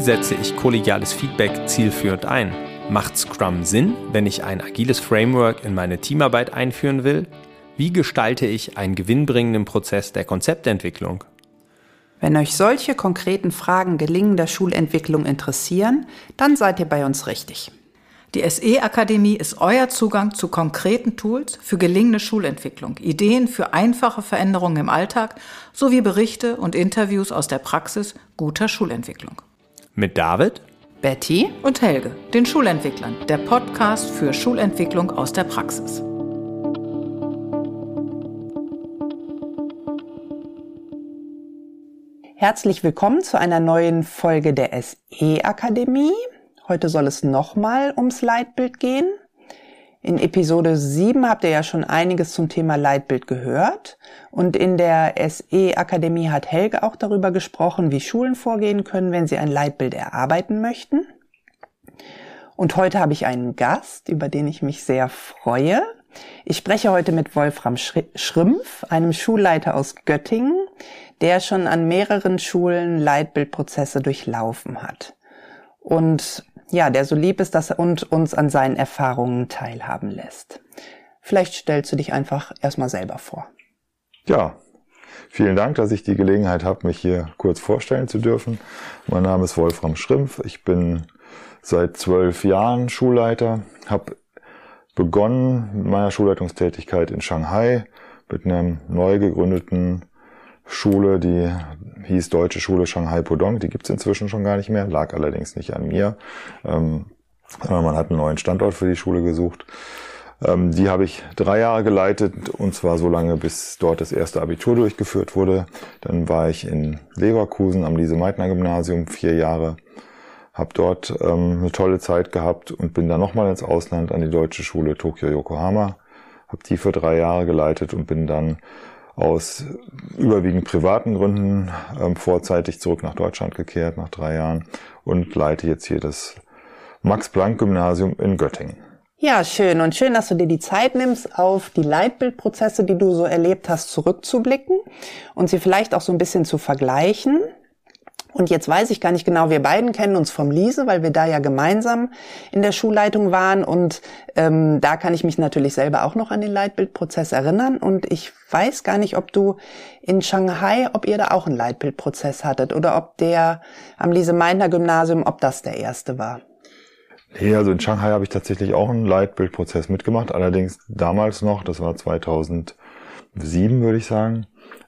setze ich kollegiales Feedback zielführend ein? Macht Scrum Sinn, wenn ich ein agiles Framework in meine Teamarbeit einführen will? Wie gestalte ich einen gewinnbringenden Prozess der Konzeptentwicklung? Wenn euch solche konkreten Fragen gelingender Schulentwicklung interessieren, dann seid ihr bei uns richtig. Die SE-Akademie ist euer Zugang zu konkreten Tools für gelingende Schulentwicklung, Ideen für einfache Veränderungen im Alltag sowie Berichte und Interviews aus der Praxis guter Schulentwicklung. Mit David, Betty und Helge, den Schulentwicklern, der Podcast für Schulentwicklung aus der Praxis. Herzlich willkommen zu einer neuen Folge der SE-Akademie. Heute soll es nochmal ums Leitbild gehen. In Episode 7 habt ihr ja schon einiges zum Thema Leitbild gehört. Und in der SE-Akademie hat Helge auch darüber gesprochen, wie Schulen vorgehen können, wenn sie ein Leitbild erarbeiten möchten. Und heute habe ich einen Gast, über den ich mich sehr freue. Ich spreche heute mit Wolfram Schrimpf, einem Schulleiter aus Göttingen, der schon an mehreren Schulen Leitbildprozesse durchlaufen hat. Und ja, der so lieb ist, dass er uns an seinen Erfahrungen teilhaben lässt. Vielleicht stellst du dich einfach erstmal selber vor. Ja, vielen Dank, dass ich die Gelegenheit habe, mich hier kurz vorstellen zu dürfen. Mein Name ist Wolfram Schrimpf. Ich bin seit 12 Jahren Schulleiter, habe begonnen mit meiner Schulleitungstätigkeit in Shanghai mit einer neu gegründeten Schule, die hieß Deutsche Schule Shanghai Pudong. Die gibt's inzwischen schon gar nicht mehr, lag allerdings nicht an mir. Sondern man hat einen neuen Standort für die Schule gesucht. Die habe ich 3 Jahre geleitet, und zwar so lange, bis dort das erste Abitur durchgeführt wurde. Dann war ich in Leverkusen am Lise-Meitner-Gymnasium 4 Jahre, habe dort eine tolle Zeit gehabt und bin dann nochmal ins Ausland an die Deutsche Schule Tokio-Yokohama, habe die für 3 Jahre geleitet und bin dann aus überwiegend privaten Gründen vorzeitig zurück nach Deutschland gekehrt, nach 3 Jahren, und leite jetzt hier das Max-Planck-Gymnasium in Göttingen. Ja, schön. Und schön, dass du dir die Zeit nimmst, auf die Leitbildprozesse, die du so erlebt hast, zurückzublicken und sie vielleicht auch so ein bisschen zu vergleichen. Und jetzt weiß ich gar nicht genau, wir beiden kennen uns vom Lise, weil wir da ja gemeinsam in der Schulleitung waren, und da kann ich mich natürlich selber auch noch an den Leitbildprozess erinnern, und ich weiß gar nicht, ob du in Shanghai, ob ihr da auch einen Leitbildprozess hattet oder ob der am Lise-Meitner-Gymnasium, ob das der erste war. Nee, also in Shanghai habe ich tatsächlich auch einen Leitbildprozess mitgemacht, allerdings damals noch, das war 2007, würde ich sagen,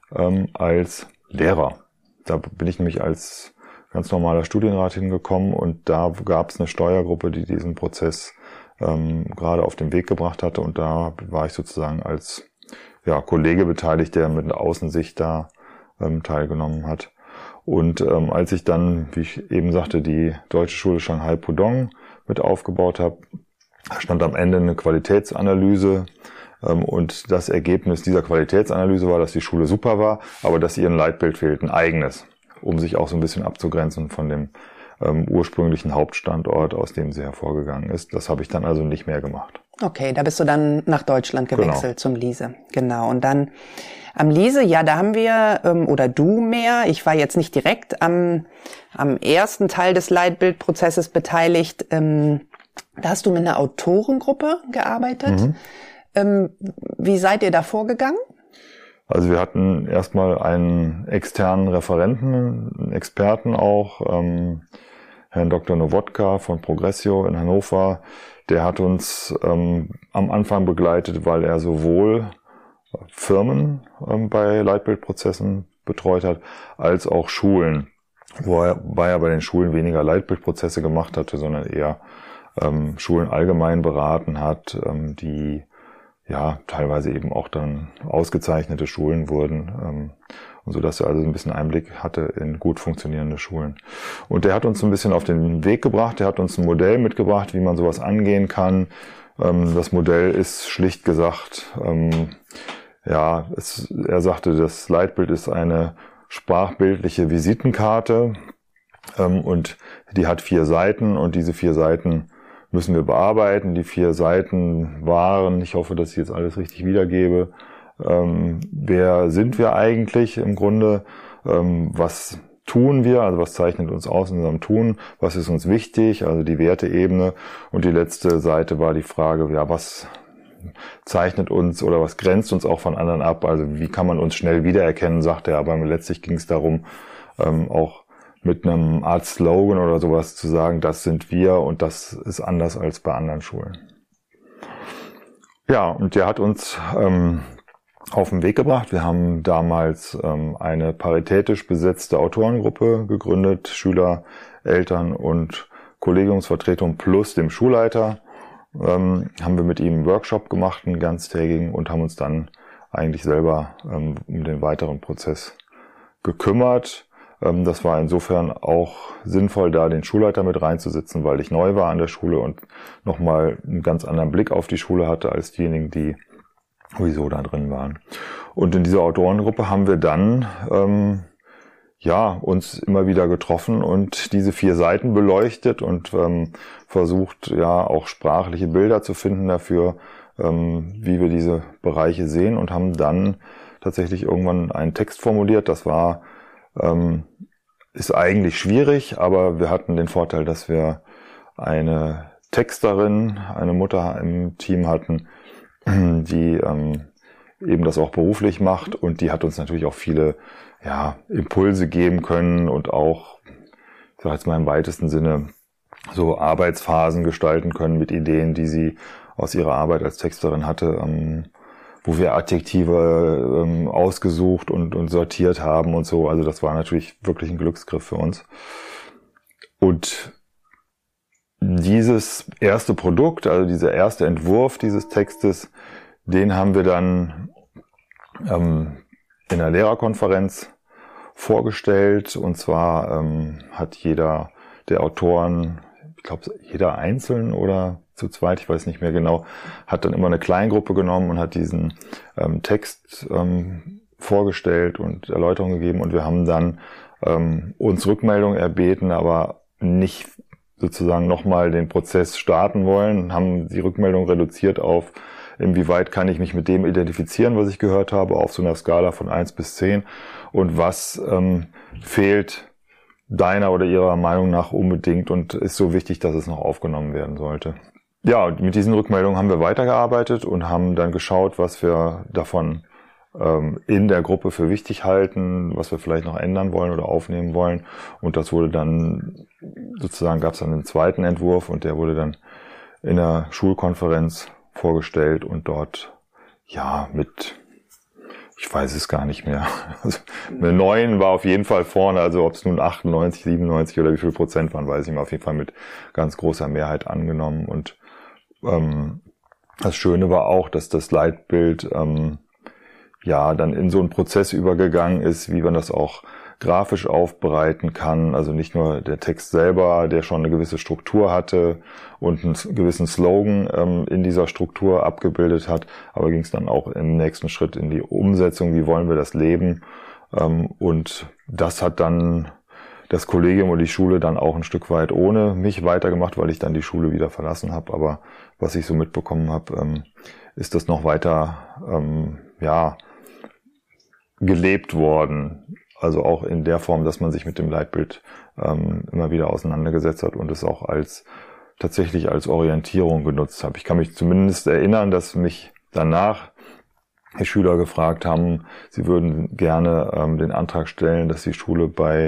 als Lehrer. Da bin ich nämlich als ganz normaler Studienrat hingekommen, und da gab es eine Steuergruppe, die diesen Prozess gerade auf den Weg gebracht hatte, und da war ich sozusagen als Kollege beteiligt, der mit einer Außensicht da teilgenommen hat. Und als ich dann, wie ich eben sagte, die Deutsche Schule Shanghai Pudong mit aufgebaut habe, stand am Ende eine Qualitätsanalyse. Und das Ergebnis dieser Qualitätsanalyse war, dass die Schule super war, aber dass ihr ein Leitbild fehlt, ein eigenes, um sich auch so ein bisschen abzugrenzen von dem ursprünglichen Hauptstandort, aus dem sie hervorgegangen ist. Das habe ich dann also nicht mehr gemacht. Okay, da bist du dann nach Deutschland gewechselt, zum Lise. Genau. Und dann am Lise, ja, da haben wir, oder du mehr, ich war jetzt nicht direkt am ersten Teil des Leitbildprozesses beteiligt. Da hast du mit einer Autorengruppe gearbeitet. Mhm. Wie seid ihr da vorgegangen? Also wir hatten erstmal einen externen Referenten, einen Experten auch, Herrn Dr. Nowodka von Progressio in Hannover. Der hat uns am Anfang begleitet, weil er sowohl Firmen bei Leitbildprozessen betreut hat, als auch Schulen, wobei er bei den Schulen weniger Leitbildprozesse gemacht hatte, sondern eher Schulen allgemein beraten hat, die teilweise eben auch dann ausgezeichnete Schulen wurden, und so dass er also ein bisschen Einblick hatte in gut funktionierende Schulen. Und der hat uns ein bisschen auf den Weg gebracht, der hat uns ein Modell mitgebracht, wie man sowas angehen kann. Das Modell ist schlicht gesagt, er sagte, das Leitbild ist eine sprachbildliche Visitenkarte, und die hat 4 Seiten, und diese 4 Seiten müssen wir bearbeiten. Die 4 Seiten waren, ich hoffe, dass ich jetzt alles richtig wiedergebe, wer sind wir eigentlich im Grunde, was tun wir, also was zeichnet uns aus in unserem Tun, was ist uns wichtig, also die Werteebene. Und die letzte Seite war die Frage, ja, was zeichnet uns oder was grenzt uns auch von anderen ab, also wie kann man uns schnell wiedererkennen, sagt er, aber letztlich ging es darum, auch mit einem Art Slogan oder sowas zu sagen, das sind wir und das ist anders als bei anderen Schulen. Ja, und der hat uns auf den Weg gebracht. Wir haben damals eine paritätisch besetzte Autorengruppe gegründet, Schüler, Eltern und Kollegiumsvertretung plus dem Schulleiter. Haben wir mit ihm einen Workshop gemacht, einen ganztägigen, und haben uns dann eigentlich selber um den weiteren Prozess gekümmert. Das war insofern auch sinnvoll, da den Schulleiter mit reinzusetzen, weil ich neu war an der Schule und nochmal einen ganz anderen Blick auf die Schule hatte als diejenigen, die sowieso da drin waren. Und in dieser Autorengruppe haben wir dann uns immer wieder getroffen und diese 4 Seiten beleuchtet und versucht, ja, auch sprachliche Bilder zu finden dafür, wie wir diese Bereiche sehen, und haben dann tatsächlich irgendwann einen Text formuliert. Das war ist eigentlich schwierig, aber wir hatten den Vorteil, dass wir eine Texterin, eine Mutter im Team hatten, die eben das auch beruflich macht, und die hat uns natürlich auch viele Impulse geben können und auch, ich sage jetzt mal im weitesten Sinne, so Arbeitsphasen gestalten können mit Ideen, die sie aus ihrer Arbeit als Texterin hatte, wo wir Adjektive ausgesucht und sortiert haben und so. Also das war natürlich wirklich ein Glücksgriff für uns. Und dieses erste Produkt, also dieser erste Entwurf dieses Textes, den haben wir dann in der Lehrerkonferenz vorgestellt. Und zwar hat jeder der Autoren, ich glaube jeder einzeln oder zu zweit, ich weiß nicht mehr genau, hat dann immer eine Kleingruppe genommen und hat diesen Text vorgestellt und Erläuterungen gegeben. Und wir haben dann uns Rückmeldung erbeten, aber nicht sozusagen nochmal den Prozess starten wollen, haben die Rückmeldung reduziert auf, inwieweit kann ich mich mit dem identifizieren, was ich gehört habe, auf so einer Skala von 1 bis 10, und was fehlt deiner oder ihrer Meinung nach unbedingt und ist so wichtig, dass es noch aufgenommen werden sollte. Ja, und mit diesen Rückmeldungen haben wir weitergearbeitet und haben dann geschaut, was wir davon in der Gruppe für wichtig halten, was wir vielleicht noch ändern wollen oder aufnehmen wollen. Und das wurde dann, sozusagen gab es dann einen zweiten Entwurf, und der wurde dann in der Schulkonferenz vorgestellt und dort, mit, ich weiß es gar nicht mehr, also eine 9 war auf jeden Fall vorne, also ob es nun 98, 97 oder wie viel Prozent waren, weiß ich nicht mehr, auf jeden Fall mit ganz großer Mehrheit angenommen. Und das Schöne war auch, dass das Leitbild dann in so einen Prozess übergegangen ist, wie man das auch grafisch aufbereiten kann. Also nicht nur der Text selber, der schon eine gewisse Struktur hatte und einen gewissen Slogan in dieser Struktur abgebildet hat, aber ging es dann auch im nächsten Schritt in die Umsetzung, wie wollen wir das leben. Und das hat dann das Kollegium und die Schule dann auch ein Stück weit ohne mich weitergemacht, weil ich dann die Schule wieder verlassen habe. Aber was ich so mitbekommen habe, ist das noch weiter gelebt worden. Also auch in der Form, dass man sich mit dem Leitbild immer wieder auseinandergesetzt hat und es auch tatsächlich als Orientierung genutzt habe. Ich kann mich zumindest erinnern, dass mich danach die Schüler gefragt haben, sie würden gerne den Antrag stellen, dass die Schule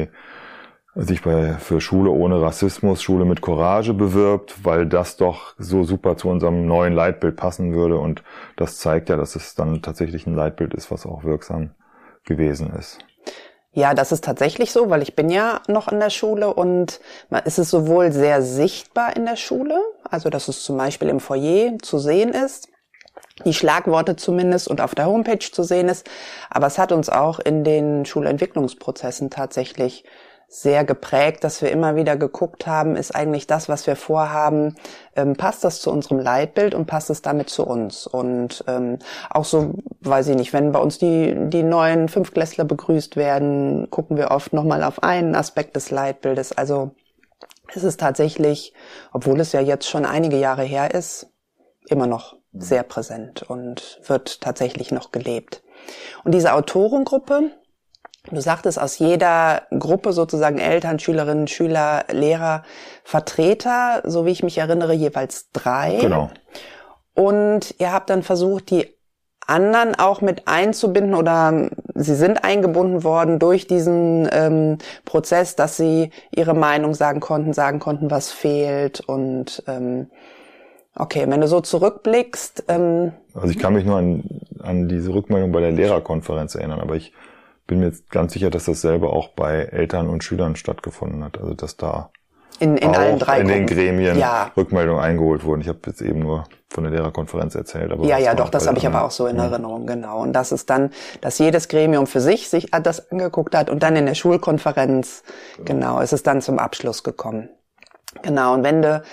für Schule ohne Rassismus, Schule mit Courage bewirbt, weil das doch so super zu unserem neuen Leitbild passen würde. Und das zeigt ja, dass es dann tatsächlich ein Leitbild ist, was auch wirksam gewesen ist. Ja, das ist tatsächlich so, weil ich bin ja noch in der Schule und es ist sowohl sehr sichtbar in der Schule, also dass es zum Beispiel im Foyer zu sehen ist, die Schlagworte zumindest und auf der Homepage zu sehen ist, aber es hat uns auch in den Schulentwicklungsprozessen tatsächlich sehr geprägt, dass wir immer wieder geguckt haben, ist eigentlich das, was wir vorhaben, passt das zu unserem Leitbild und passt es damit zu uns? Und auch so, weiß ich nicht, wenn bei uns die neuen Fünftklässler begrüßt werden, gucken wir oft nochmal auf einen Aspekt des Leitbildes. Also es ist tatsächlich, obwohl es ja jetzt schon einige Jahre her ist, immer noch sehr präsent und wird tatsächlich noch gelebt. Und diese Autorengruppe Du sagtest, aus jeder Gruppe sozusagen Eltern, Schülerinnen, Schüler, Lehrer, Vertreter, so wie ich mich erinnere, jeweils 3. Genau. Und ihr habt dann versucht, die anderen auch mit einzubinden oder sie sind eingebunden worden durch diesen Prozess, dass sie ihre Meinung sagen konnten, was fehlt. Und okay, wenn du so zurückblickst. Also ich kann mich nur an diese Rückmeldung bei der Lehrerkonferenz erinnern, aber ich bin mir jetzt ganz sicher, dass dasselbe auch bei Eltern und Schülern stattgefunden hat. Also dass da in auch allen 3 in den Gremien ja. Rückmeldungen eingeholt wurden. Ich habe jetzt eben nur von der Lehrerkonferenz erzählt. Aber das habe ich aber auch so in Erinnerung, genau. Und das ist dann, dass jedes Gremium für sich das angeguckt hat und dann in der Schulkonferenz, genau, ist es dann zum Abschluss gekommen. Genau, und wenn du,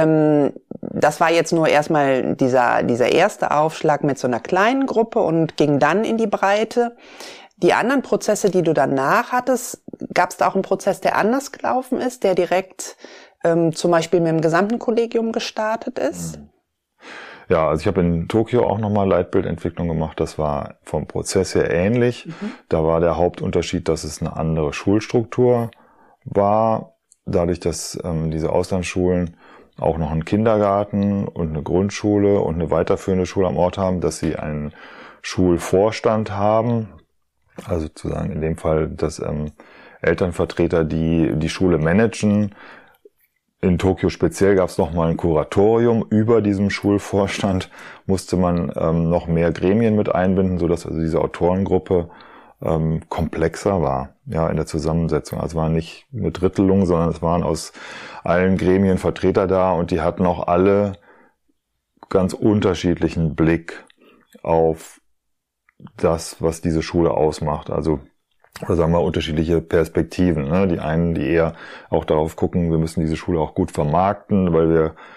das war jetzt nur erstmal dieser erste Aufschlag mit so einer kleinen Gruppe und ging dann in die Breite. Die anderen Prozesse, die du danach hattest, gab es da auch einen Prozess, der anders gelaufen ist, der direkt zum Beispiel mit dem gesamten Kollegium gestartet ist? Ja, also ich habe in Tokio auch nochmal Leitbildentwicklung gemacht. Das war vom Prozess her ähnlich. Da war der Hauptunterschied, dass es eine andere Schulstruktur war. Dadurch, dass diese Auslandsschulen auch noch einen Kindergarten und eine Grundschule und eine weiterführende Schule am Ort haben, dass sie einen Schulvorstand haben. Also sozusagen in dem Fall, dass Elternvertreter, die Schule managen. In Tokio speziell gab es nochmal ein Kuratorium. Über diesem Schulvorstand musste man noch mehr Gremien mit einbinden, sodass also diese Autorengruppe komplexer war, ja, in der Zusammensetzung. Also es war nicht eine Drittelung, sondern es waren aus allen Gremien Vertreter da und die hatten auch alle ganz unterschiedlichen Blick auf das, was diese Schule ausmacht. Also, oder sagen wir unterschiedliche Perspektiven. Ne? Die einen, die eher auch darauf gucken, wir müssen diese Schule auch gut vermarkten, weil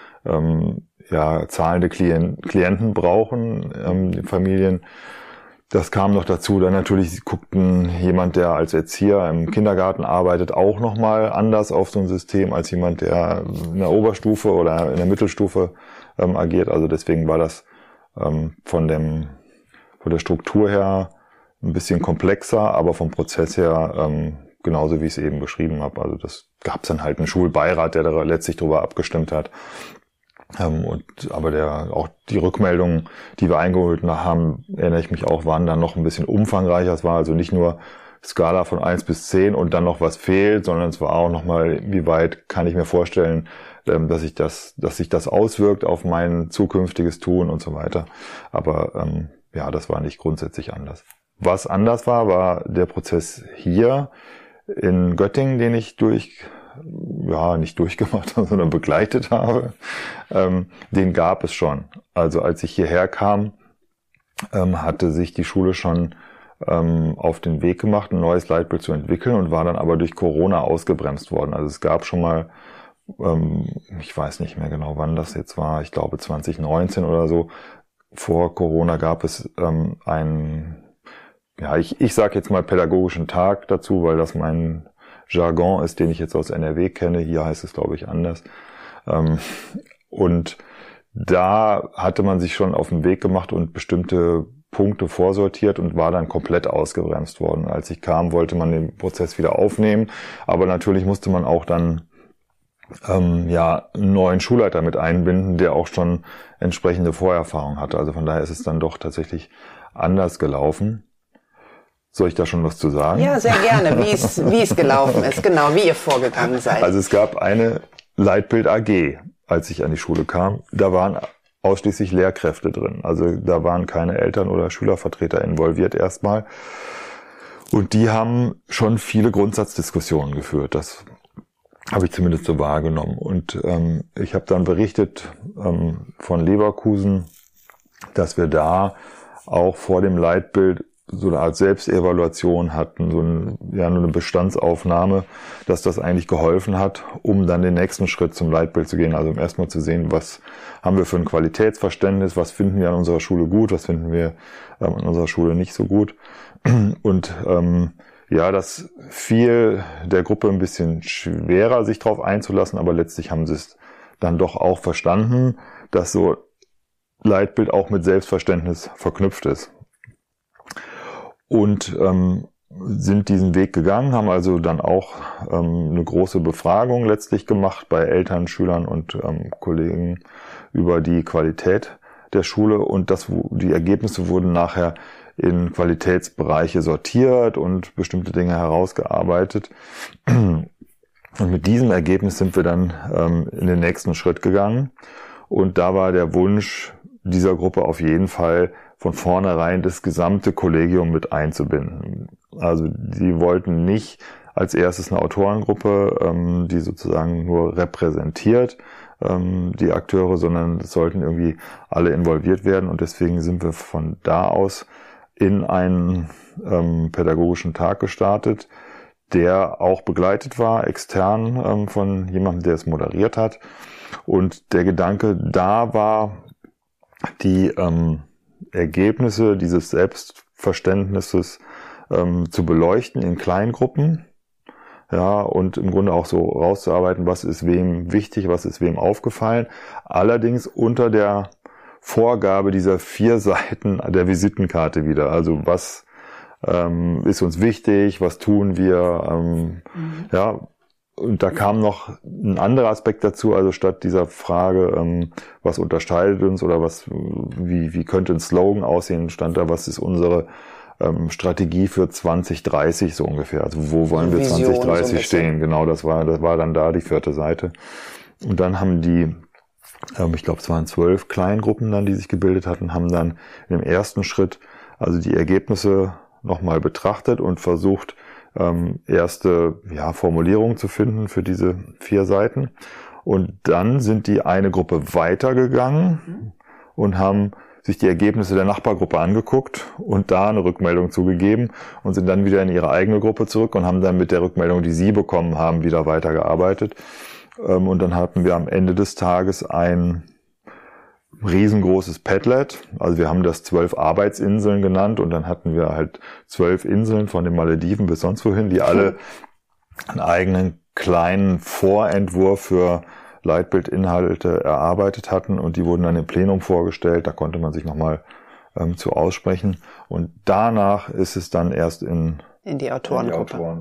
wir zahlende Klienten brauchen, die Familien. Das kam noch dazu. Dann natürlich guckten jemand, der als Erzieher im Kindergarten arbeitet, auch nochmal anders auf so ein System als jemand, der in der Oberstufe oder in der Mittelstufe agiert. Also deswegen war das von der Struktur her ein bisschen komplexer, aber vom Prozess her genauso, wie ich es eben beschrieben habe. Also das gab es dann halt einen Schulbeirat, der da letztlich drüber abgestimmt hat. Aber auch die Rückmeldungen, die wir eingeholt haben, erinnere ich mich auch, waren dann noch ein bisschen umfangreicher. Es war also nicht nur Skala von 1 bis 10 und dann noch was fehlt, sondern es war auch nochmal, wie weit kann ich mir vorstellen, dass sich das auswirkt auf mein zukünftiges Tun und so weiter. Aber das war nicht grundsätzlich anders. Was anders war der Prozess hier in Göttingen, den ich nicht durchgemacht habe, sondern begleitet habe. Den gab es schon. Also als ich hierher kam, hatte sich die Schule schon auf den Weg gemacht, ein neues Leitbild zu entwickeln und war dann aber durch Corona ausgebremst worden. Also es gab schon mal, ich weiß nicht mehr genau, wann das jetzt war, ich glaube 2019 oder so, vor Corona gab es ich sage jetzt mal pädagogischen Tag dazu, weil das mein Jargon ist, den ich jetzt aus NRW kenne. Hier heißt es, glaube ich, anders. Und da hatte man sich schon auf den Weg gemacht und bestimmte Punkte vorsortiert und war dann komplett ausgebremst worden. Als ich kam, wollte man den Prozess wieder aufnehmen, aber natürlich musste man auch dann einen neuen Schulleiter mit einbinden, der auch schon entsprechende Vorerfahrung hatte. Also von daher ist es dann doch tatsächlich anders gelaufen. Soll ich da schon was zu sagen? Ja, sehr gerne, wie es gelaufen ist, genau, wie ihr vorgegangen seid. Also es gab eine Leitbild AG, als ich an die Schule kam. Da waren ausschließlich Lehrkräfte drin. Also da waren keine Eltern- oder Schülervertreter involviert erstmal. Und die haben schon viele Grundsatzdiskussionen geführt. Das habe ich zumindest so wahrgenommen. Und ich habe dann berichtet von Leverkusen, dass wir da auch vor dem Leitbild so eine Art Selbstevaluation hatten, nur eine Bestandsaufnahme, dass das eigentlich geholfen hat, um dann den nächsten Schritt zum Leitbild zu gehen. Also um erstmal zu sehen, was haben wir für ein Qualitätsverständnis, was finden wir an unserer Schule gut, was finden wir an unserer Schule nicht so gut. Und das fiel der Gruppe ein bisschen schwerer, sich darauf einzulassen, aber letztlich haben sie es dann doch auch verstanden, dass so Leitbild auch mit Selbstverständnis verknüpft ist. Und sind diesen Weg gegangen, haben also dann auch eine große Befragung letztlich gemacht bei Eltern, Schülern und Kollegen über die Qualität der Schule, und die Ergebnisse wurden nachher in Qualitätsbereiche sortiert und bestimmte Dinge herausgearbeitet. Und mit diesem Ergebnis sind wir dann in den nächsten Schritt gegangen, und da war der Wunsch dieser Gruppe auf jeden Fall von vornherein das gesamte Kollegium mit einzubinden. Also die wollten nicht als erstes eine Autorengruppe, die sozusagen nur repräsentiert die Akteure, sondern es sollten irgendwie alle involviert werden, und deswegen sind wir von da aus in einen pädagogischen Tag gestartet, der auch begleitet war, extern von jemandem, der es moderiert hat. Und der Gedanke da war, die Ergebnisse dieses Selbstverständnisses zu beleuchten in Kleingruppen, ja, und im Grunde auch so rauszuarbeiten, was ist wem wichtig, was ist wem aufgefallen. Allerdings unter der Vorgabe dieser 4 Seiten der Visitenkarte wieder. Also was ist uns wichtig, was tun wir, ja. Und da kam noch ein anderer Aspekt dazu, also statt dieser Frage, was unterscheidet uns oder wie könnte ein Slogan aussehen, stand da, was ist unsere Strategie für 2030 so ungefähr. Also wo wollen wir Vision 2030 so stehen? Genau, das war dann da die 4. Seite. Und dann haben die, ich glaube, es waren 12 Kleingruppen dann, die sich gebildet hatten, haben dann im ersten Schritt also die Ergebnisse nochmal betrachtet und versucht, erste Formulierungen zu finden für diese 4 Seiten. Und dann sind die eine Gruppe weitergegangen und haben sich die Ergebnisse der Nachbargruppe angeguckt und da eine Rückmeldung zugegeben und sind dann wieder in ihre eigene Gruppe zurück und haben dann mit der Rückmeldung, die sie bekommen haben, wieder weitergearbeitet. Und dann hatten wir am Ende des Tages ein riesengroßes Padlet. Also wir haben das 12 Arbeitsinseln genannt, und dann hatten wir halt 12 Inseln von den Malediven bis sonst wohin, die alle einen eigenen kleinen Vorentwurf für Leitbildinhalte erarbeitet hatten, und die wurden dann im Plenum vorgestellt. Da konnte man sich nochmal zu aussprechen, und danach ist es dann erst in die Autorengruppe.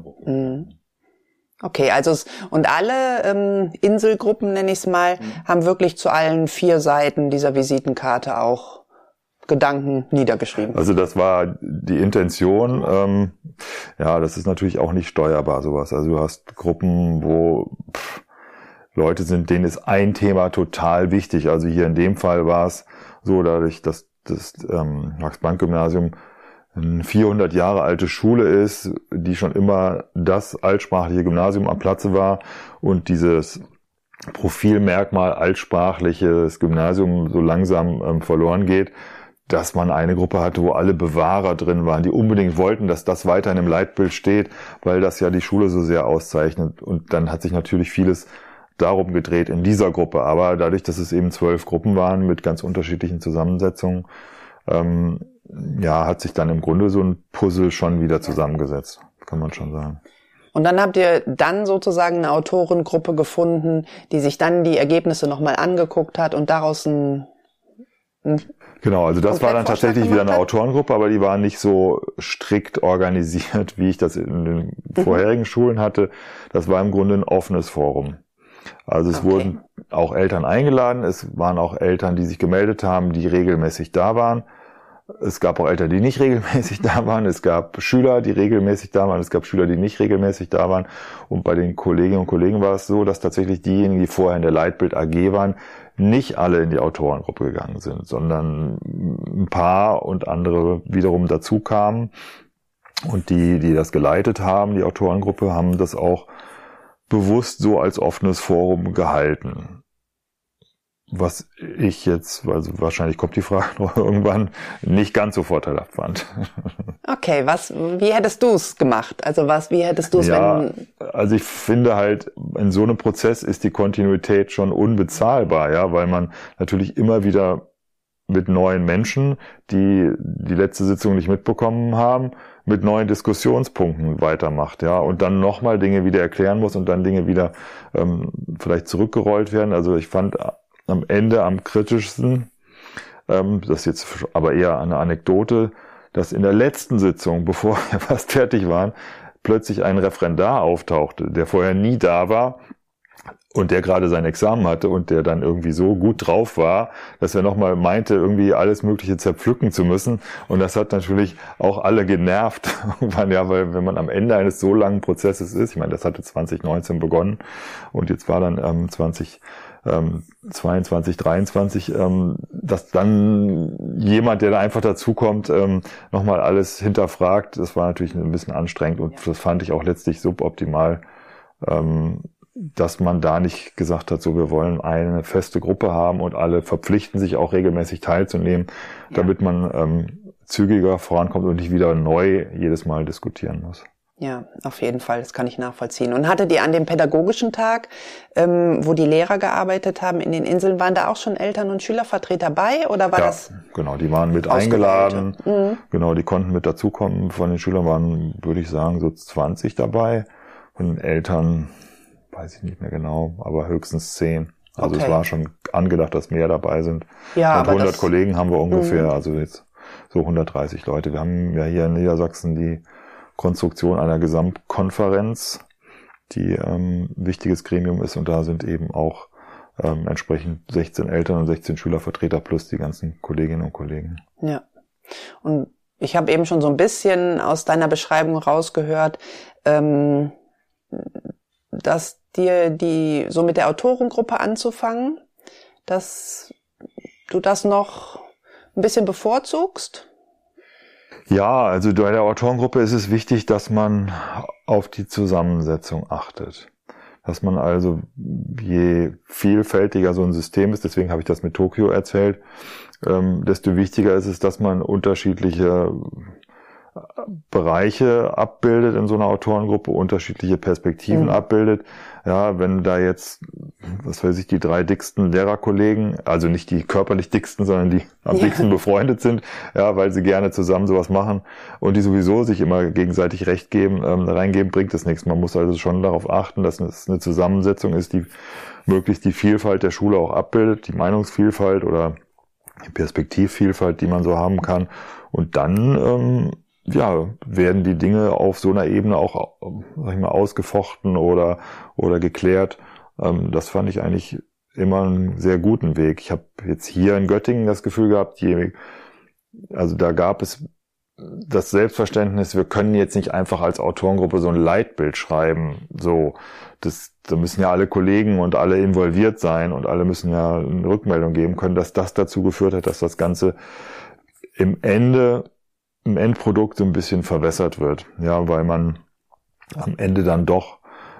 Okay, also und alle Inselgruppen, nenne ich es mal, haben wirklich zu allen 4 Seiten dieser Visitenkarte auch Gedanken niedergeschrieben. Also das war die Intention. Das ist natürlich auch nicht steuerbar, sowas. Also du hast Gruppen, wo Leute sind, denen ist ein Thema total wichtig. Also hier in dem Fall war es so, dadurch, dass das Max-Planck-Gymnasium eine 400 Jahre alte Schule ist, die schon immer das altsprachliche Gymnasium am Platze war, und dieses Profilmerkmal altsprachliches Gymnasium so langsam verloren geht, dass man eine Gruppe hatte, wo alle Bewahrer drin waren, die unbedingt wollten, dass das weiterhin im Leitbild steht, weil das ja die Schule so sehr auszeichnet. Und dann hat sich natürlich vieles darum gedreht in dieser Gruppe. Aber dadurch, dass es eben 12 Gruppen waren mit ganz unterschiedlichen Zusammensetzungen, hat sich dann im Grunde so ein Puzzle schon wieder zusammengesetzt, kann man schon sagen. Und dann habt ihr dann sozusagen eine Autorengruppe gefunden, die sich dann die Ergebnisse nochmal angeguckt hat und daraus Genau, also das war dann tatsächlich wieder eine Autorengruppe, aber die war nicht so strikt organisiert, wie ich das in den vorherigen Schulen hatte. Das war im Grunde ein offenes Forum. Also es wurden auch Eltern eingeladen, es waren auch Eltern, die sich gemeldet haben, die regelmäßig da waren. Es gab auch Eltern, die nicht regelmäßig da waren. Es gab Schüler, die regelmäßig da waren. Es gab Schüler, die nicht regelmäßig da waren. Und bei den Kolleginnen und Kollegen war es so, dass tatsächlich diejenigen, die vorher in der Leitbild AG waren, nicht alle in die Autorengruppe gegangen sind, sondern ein paar und andere wiederum dazu kamen. Und die das geleitet haben, die Autorengruppe, haben das auch bewusst so als offenes Forum gehalten. Was ich jetzt, also wahrscheinlich kommt die Frage noch irgendwann, nicht ganz so vorteilhaft fand. Okay, wie hättest du es gemacht? Also wie hättest du es, wenn... Also ich finde halt, in so einem Prozess ist die Kontinuität schon unbezahlbar, ja, weil man natürlich immer wieder mit neuen Menschen, die die letzte Sitzung nicht mitbekommen haben, mit neuen Diskussionspunkten weitermacht, ja, und dann nochmal Dinge wieder erklären muss und dann Dinge wieder vielleicht zurückgerollt werden. Also ich fand am Ende am kritischsten, das ist jetzt aber eher eine Anekdote, dass in der letzten Sitzung, bevor wir fast fertig waren, plötzlich ein Referendar auftauchte, der vorher nie da war und der gerade sein Examen hatte und der dann irgendwie so gut drauf war, dass er nochmal meinte, irgendwie alles Mögliche zerpflücken zu müssen. Und das hat natürlich auch alle genervt, weil wenn man am Ende eines so langen Prozesses ist, ich meine, das hatte 2019 begonnen und jetzt war dann 2022, 23, dass dann jemand, der da einfach dazukommt, nochmal alles hinterfragt, das war natürlich ein bisschen anstrengend und das fand ich auch letztlich suboptimal, dass man da nicht gesagt hat, so wir wollen eine feste Gruppe haben und alle verpflichten sich auch regelmäßig teilzunehmen, damit man zügiger vorankommt und nicht wieder neu jedes Mal diskutieren muss. Ja, auf jeden Fall, das kann ich nachvollziehen. Und hattet ihr an dem pädagogischen Tag, wo die Lehrer gearbeitet haben in den Inseln, waren da auch schon Eltern- und Schülervertreter bei oder war das? Genau, die waren mit eingeladen. Genau, die konnten mit dazukommen. Von den Schülern waren, würde ich sagen, so 20 dabei. Von den Eltern weiß ich nicht mehr genau, aber höchstens 10. Also es war schon angedacht, dass mehr dabei sind. Ja, und 100 Kollegen haben wir ungefähr, also jetzt so 130 Leute. Wir haben ja hier in Niedersachsen die Konstruktion einer Gesamtkonferenz, die wichtiges Gremium ist und da sind eben auch entsprechend 16 Eltern- und 16 Schülervertreter plus die ganzen Kolleginnen und Kollegen. Ja, und ich habe eben schon so ein bisschen aus deiner Beschreibung rausgehört, dass dir so mit der Autorengruppe anzufangen, dass du das noch ein bisschen bevorzugst? Ja, also bei der Autorengruppe ist es wichtig, dass man auf die Zusammensetzung achtet. Dass man also, je vielfältiger so ein System ist, deswegen habe ich das mit Tokio erzählt, desto wichtiger ist es, dass man unterschiedliche Bereiche abbildet in so einer Autorengruppe, unterschiedliche Perspektiven abbildet. Ja, wenn da jetzt, was weiß ich, die 3 dicksten Lehrerkollegen, also nicht die körperlich dicksten, sondern die am dicksten befreundet sind, ja, weil sie gerne zusammen sowas machen und die sowieso sich immer gegenseitig Recht geben, reingeben, bringt es nichts. Man muss also schon darauf achten, dass es eine Zusammensetzung ist, die möglichst die Vielfalt der Schule auch abbildet, die Meinungsvielfalt oder die Perspektivvielfalt, die man so haben kann. Und dann werden die Dinge auf so einer Ebene auch, sag ich mal, ausgefochten oder geklärt. Das fand ich eigentlich immer einen sehr guten Weg. Ich habe jetzt hier in Göttingen das Gefühl gehabt, also da gab es das Selbstverständnis, wir können jetzt nicht einfach als Autorengruppe so ein Leitbild schreiben. Da müssen ja alle Kollegen und alle involviert sein und alle müssen ja eine Rückmeldung geben können, dass das dazu geführt hat, dass das Ganze im Endprodukt so ein bisschen verwässert wird. Ja, weil man am Ende dann doch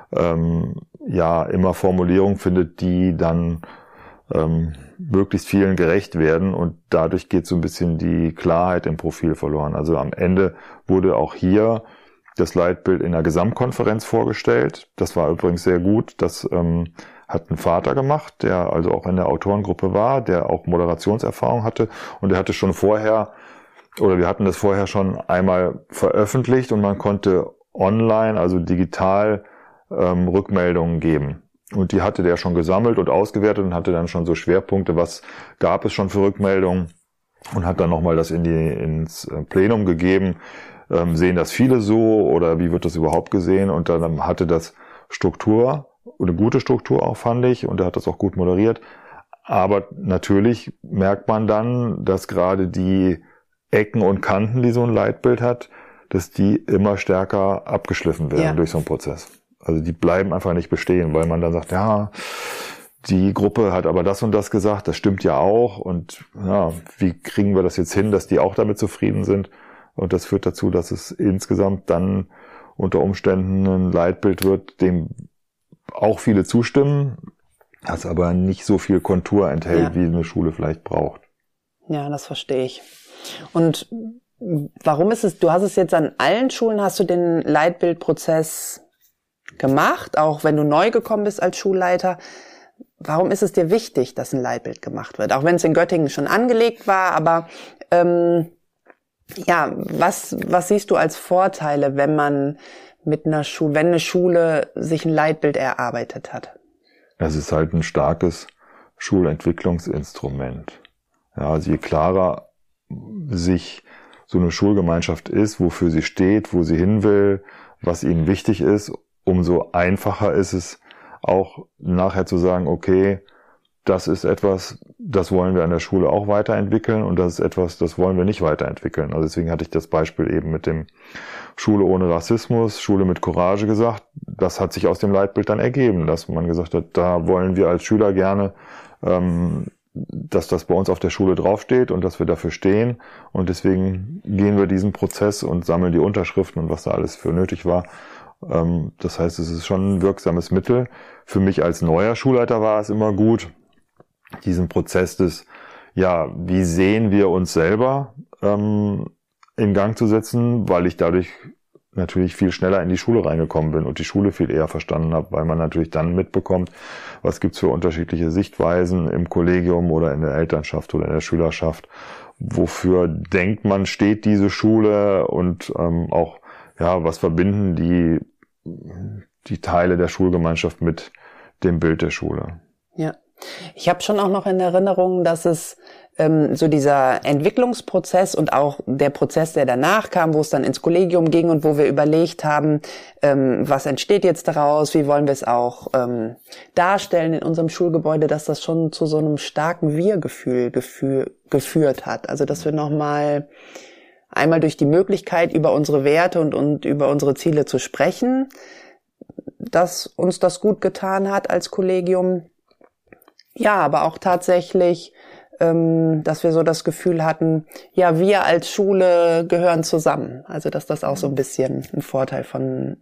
immer Formulierungen findet, die dann möglichst vielen gerecht werden und dadurch geht so ein bisschen die Klarheit im Profil verloren. Also am Ende wurde auch hier das Leitbild in der Gesamtkonferenz vorgestellt. Das war übrigens sehr gut. Das hat ein Vater gemacht, der also auch in der Autorengruppe war, der auch Moderationserfahrung hatte und der hatte schon vorher, oder wir hatten das vorher schon einmal veröffentlicht und man konnte online, also digital, Rückmeldungen geben. Und die hatte der schon gesammelt und ausgewertet und hatte dann schon so Schwerpunkte, was gab es schon für Rückmeldungen und hat dann nochmal das ins Plenum gegeben. Sehen das viele so oder wie wird das überhaupt gesehen? Und dann hatte das Struktur, eine gute Struktur auch, fand ich, und er hat das auch gut moderiert. Aber natürlich merkt man dann, dass gerade die Ecken und Kanten, die so ein Leitbild hat, dass die immer stärker abgeschliffen werden durch so einen Prozess. Also die bleiben einfach nicht bestehen, weil man dann sagt, ja, die Gruppe hat aber das und das gesagt, das stimmt ja auch und ja, wie kriegen wir das jetzt hin, dass die auch damit zufrieden sind? Und das führt dazu, dass es insgesamt dann unter Umständen ein Leitbild wird, dem auch viele zustimmen, das aber nicht so viel Kontur enthält, wie eine Schule vielleicht braucht. Ja, das verstehe ich. Und warum ist es, du hast es jetzt an allen Schulen, hast du den Leitbildprozess gemacht, auch wenn du neu gekommen bist als Schulleiter. Warum ist es dir wichtig, dass ein Leitbild gemacht wird? Auch wenn es in Göttingen schon angelegt war, aber was siehst du als Vorteile, wenn man wenn eine Schule sich ein Leitbild erarbeitet hat? Es ist halt ein starkes Schulentwicklungsinstrument. Ja, also je klarer sich so eine Schulgemeinschaft ist, wofür sie steht, wo sie hin will, was ihnen wichtig ist, umso einfacher ist es auch nachher zu sagen, okay, das ist etwas, das wollen wir an der Schule auch weiterentwickeln und das ist etwas, das wollen wir nicht weiterentwickeln. Also deswegen hatte ich das Beispiel eben mit dem Schule ohne Rassismus, Schule mit Courage gesagt. Das hat sich aus dem Leitbild dann ergeben, dass man gesagt hat, da wollen wir als Schüler gerne, dass das bei uns auf der Schule draufsteht und dass wir dafür stehen. Und deswegen gehen wir diesen Prozess und sammeln die Unterschriften und was da alles für nötig war. Das heißt, es ist schon ein wirksames Mittel. Für mich als neuer Schulleiter war es immer gut, diesen Prozess des, wie sehen wir uns selber in Gang zu setzen, weil ich dadurch natürlich viel schneller in die Schule reingekommen bin und die Schule viel eher verstanden habe, weil man natürlich dann mitbekommt, was gibt's für unterschiedliche Sichtweisen im Kollegium oder in der Elternschaft oder in der Schülerschaft. Wofür denkt man, steht diese Schule und auch, was verbinden die Teile der Schulgemeinschaft mit dem Bild der Schule. Ja, ich habe schon auch noch in Erinnerung, dass es so dieser Entwicklungsprozess und auch der Prozess, der danach kam, wo es dann ins Kollegium ging und wo wir überlegt haben, was entsteht jetzt daraus, wie wollen wir es auch darstellen in unserem Schulgebäude, dass das schon zu so einem starken Wir-Gefühl geführt hat. Also dass wir nochmal einmal durch die Möglichkeit, über unsere Werte und über unsere Ziele zu sprechen, dass uns das gut getan hat als Kollegium. Ja, aber auch tatsächlich, dass wir so das Gefühl hatten, wir als Schule gehören zusammen. Also dass das auch so ein bisschen ein Vorteil von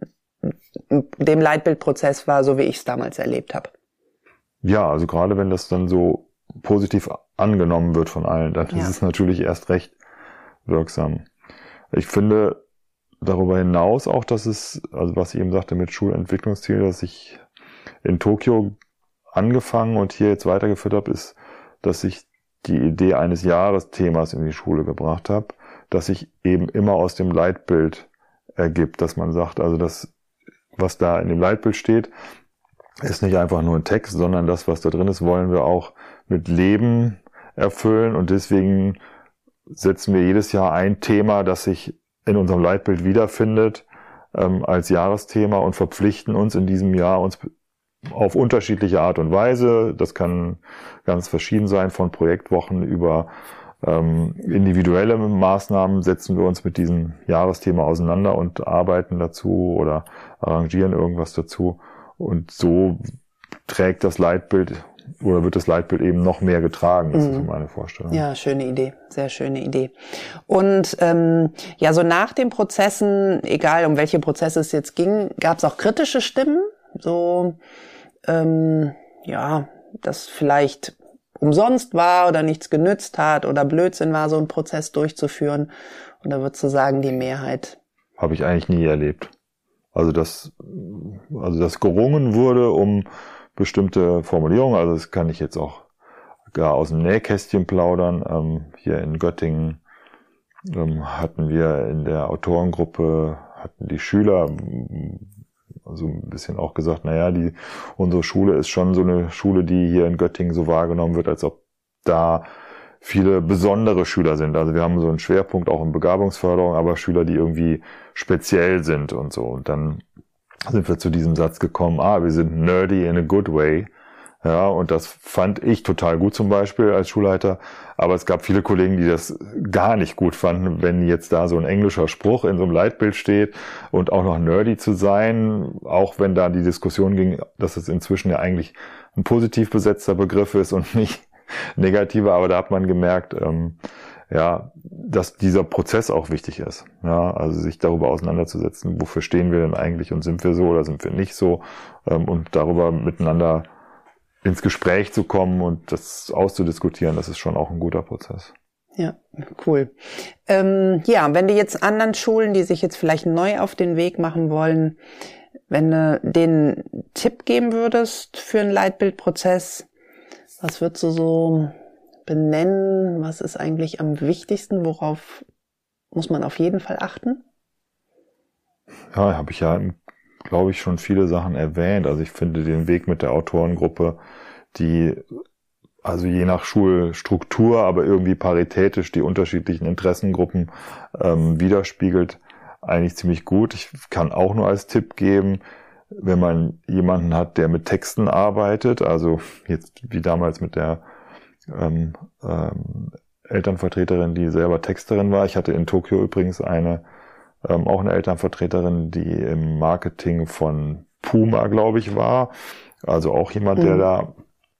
dem Leitbildprozess war, so wie ich es damals erlebt habe. Ja, also gerade wenn das dann so positiv angenommen wird von allen, dann ist es natürlich erst recht wirksam. Ich finde darüber hinaus auch, dass es, also was ich eben sagte mit Schulentwicklungsziel, dass ich in Tokio angefangen und hier jetzt weitergeführt habe, ist, dass ich die Idee eines Jahresthemas in die Schule gebracht habe, dass sich eben immer aus dem Leitbild ergibt, dass man sagt, also das, was da in dem Leitbild steht, ist nicht einfach nur ein Text, sondern das, was da drin ist, wollen wir auch mit Leben erfüllen und deswegen setzen wir jedes Jahr ein Thema, das sich in unserem Leitbild wiederfindet, als Jahresthema und verpflichten uns in diesem Jahr, uns auf unterschiedliche Art und Weise, das kann ganz verschieden sein, von Projektwochen über individuelle Maßnahmen setzen wir uns mit diesem Jahresthema auseinander und arbeiten dazu oder arrangieren irgendwas dazu. Und so trägt das Leitbild oder wird das Leitbild eben noch mehr getragen. Das ist so meine Vorstellung. Ja, schöne Idee, sehr schöne Idee. Und so nach den Prozessen, egal um welche Prozesse es jetzt ging, gab es auch kritische Stimmen, so das vielleicht umsonst war oder nichts genützt hat oder Blödsinn war, so einen Prozess durchzuführen. Und da würdest du sagen, die Mehrheit? Habe ich eigentlich nie erlebt. Also dass gerungen wurde um bestimmte Formulierungen, also das kann ich jetzt auch gar aus dem Nähkästchen plaudern. Hier in Göttingen hatten wir in der Autorengruppe, hatten die Schüler also ein bisschen auch gesagt, unsere Schule ist schon so eine Schule, die hier in Göttingen so wahrgenommen wird, als ob da viele besondere Schüler sind. Also wir haben so einen Schwerpunkt auch in Begabungsförderung, aber Schüler, die irgendwie speziell sind und so. Und dann sind wir zu diesem Satz gekommen, wir sind nerdy in a good way. Ja, und das fand ich total gut zum Beispiel als Schulleiter. Aber es gab viele Kollegen, die das gar nicht gut fanden, wenn jetzt da so ein englischer Spruch in so einem Leitbild steht und auch noch nerdy zu sein, auch wenn da die Diskussion ging, dass es inzwischen ja eigentlich ein positiv besetzter Begriff ist und nicht negativer. Aber da hat man gemerkt, dass dieser Prozess auch wichtig ist. Ja, also sich darüber auseinanderzusetzen, wofür stehen wir denn eigentlich und sind wir so oder sind wir nicht so, und darüber miteinander ins Gespräch zu kommen und das auszudiskutieren, das ist schon auch ein guter Prozess. Ja, cool. Wenn du jetzt anderen Schulen, die sich jetzt vielleicht neu auf den Weg machen wollen, wenn du denen einen Tipp geben würdest für einen Leitbildprozess, was würdest du so benennen? Was ist eigentlich am wichtigsten? Worauf muss man auf jeden Fall achten? Ja, habe ich ja glaube ich, schon viele Sachen erwähnt. Also ich finde den Weg mit der Autorengruppe, die also je nach Schulstruktur, aber irgendwie paritätisch die unterschiedlichen Interessengruppen widerspiegelt, eigentlich ziemlich gut. Ich kann auch nur als Tipp geben, wenn man jemanden hat, der mit Texten arbeitet, also jetzt wie damals mit der Elternvertreterin, die selber Texterin war. Ich hatte in Tokio übrigens auch eine Elternvertreterin, die im Marketing von Puma, glaube ich, war. Also auch jemand, der da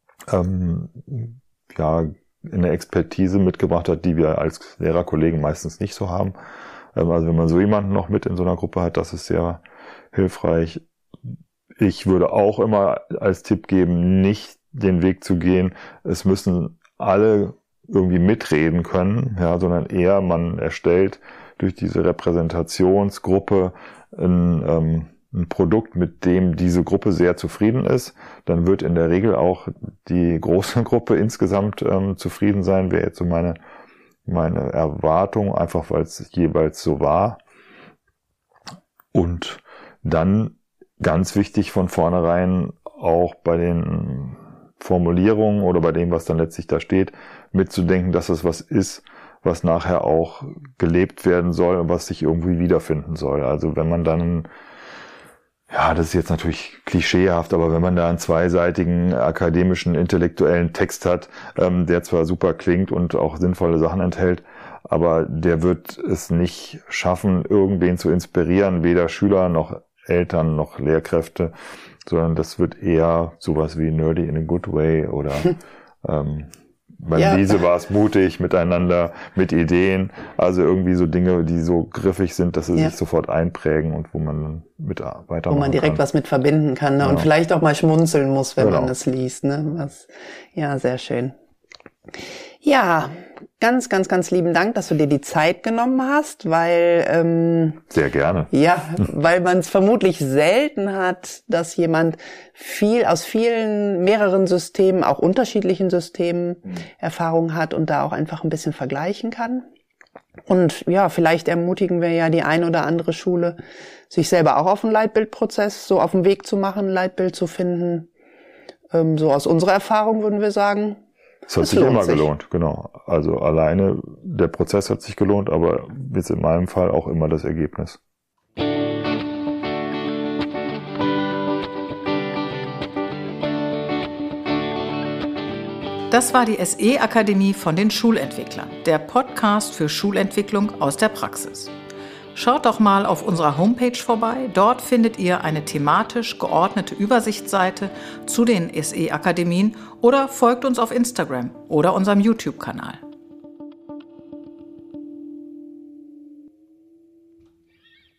eine Expertise mitgebracht hat, die wir als Lehrerkollegen meistens nicht so haben. Also wenn man so jemanden noch mit in so einer Gruppe hat, das ist sehr hilfreich. Ich würde auch immer als Tipp geben, nicht den Weg zu gehen, es müssen alle irgendwie mitreden können, ja, sondern eher man erstellt durch diese Repräsentationsgruppe ein Produkt, mit dem diese Gruppe sehr zufrieden ist. Dann wird in der Regel auch die große Gruppe insgesamt zufrieden sein, wäre jetzt so meine Erwartung, einfach weil es jeweils so war. Und dann ganz wichtig von vornherein auch bei den Formulierungen oder bei dem, was dann letztlich da steht, mitzudenken, dass es was ist, was nachher auch gelebt werden soll und was sich irgendwie wiederfinden soll. Also wenn man dann, ja, das ist jetzt natürlich klischeehaft, aber wenn man da einen zweiseitigen akademischen, intellektuellen Text hat, der zwar super klingt und auch sinnvolle Sachen enthält, aber der wird es nicht schaffen, irgendwen zu inspirieren, weder Schüler noch Eltern noch Lehrkräfte, sondern das wird eher sowas wie nerdy in a good way oder beim Lese war es mutig, miteinander, mit Ideen, also irgendwie so Dinge, die so griffig sind, dass sie sich sofort einprägen und wo man dann mit weitermachen kann. Wo man direkt was mit verbinden kann, ne? Und vielleicht auch mal schmunzeln muss, wenn man es liest, ne? Ja, sehr schön. Ja, ganz, ganz, ganz lieben Dank, dass du dir die Zeit genommen hast, weil sehr gerne. Ja, weil man es vermutlich selten hat, dass jemand aus mehreren Systemen, auch unterschiedlichen Systemen Erfahrung hat und da auch einfach ein bisschen vergleichen kann. Und ja, vielleicht ermutigen wir ja die ein oder andere Schule, sich selber auch auf einen Leitbildprozess so auf den Weg zu machen, ein Leitbild zu finden. So aus unserer Erfahrung würden wir sagen, es hat sich immer gelohnt, genau. Also alleine der Prozess hat sich gelohnt, aber jetzt in meinem Fall auch immer das Ergebnis. Das war die SE-Akademie von den Schulentwicklern, der Podcast für Schulentwicklung aus der Praxis. Schaut doch mal auf unserer Homepage vorbei. Dort findet ihr eine thematisch geordnete Übersichtsseite zu den SE-Akademien oder folgt uns auf Instagram oder unserem YouTube-Kanal.